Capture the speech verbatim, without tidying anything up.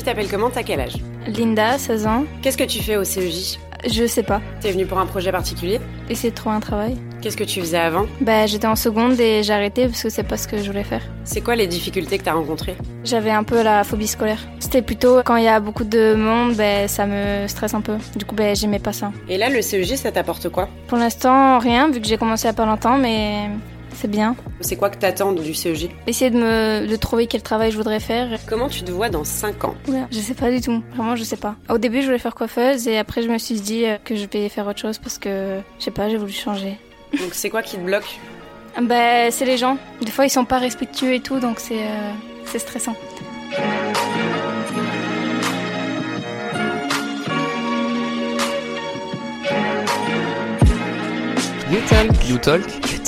t'appelles comment, t'as quel âge? Linda, seize ans. Qu'est-ce que tu fais au C E J? Je sais pas. T'es venue pour un projet particulier? Essayer de trouver un travail. Qu'est-ce que tu faisais avant? Bah, j'étais en seconde et j'ai arrêté parce que c'est pas ce que je voulais faire. C'est quoi les difficultés que t'as rencontrées? J'avais un peu la phobie scolaire. C'était plutôt quand il y a beaucoup de monde, bah, ça me stresse un peu. Du coup, bah, j'aimais pas ça. Et là, le C E J, ça t'apporte quoi? Pour l'instant, rien, vu que j'ai commencé il y a pas longtemps, mais c'est bien. C'est quoi que t'attends du C E J? Essayer de me de trouver quel travail je voudrais faire. Comment tu te vois dans cinq ans? Ouais, je sais pas du tout. Vraiment, je sais pas. Au début, je voulais faire coiffeuse et après, je me suis dit que je vais faire autre chose parce que, je sais pas, j'ai voulu changer. Donc c'est quoi qui te bloque? Bah, c'est les gens. Des fois, ils sont pas respectueux et tout, donc c'est euh, c'est stressant. You Talk. You Talk.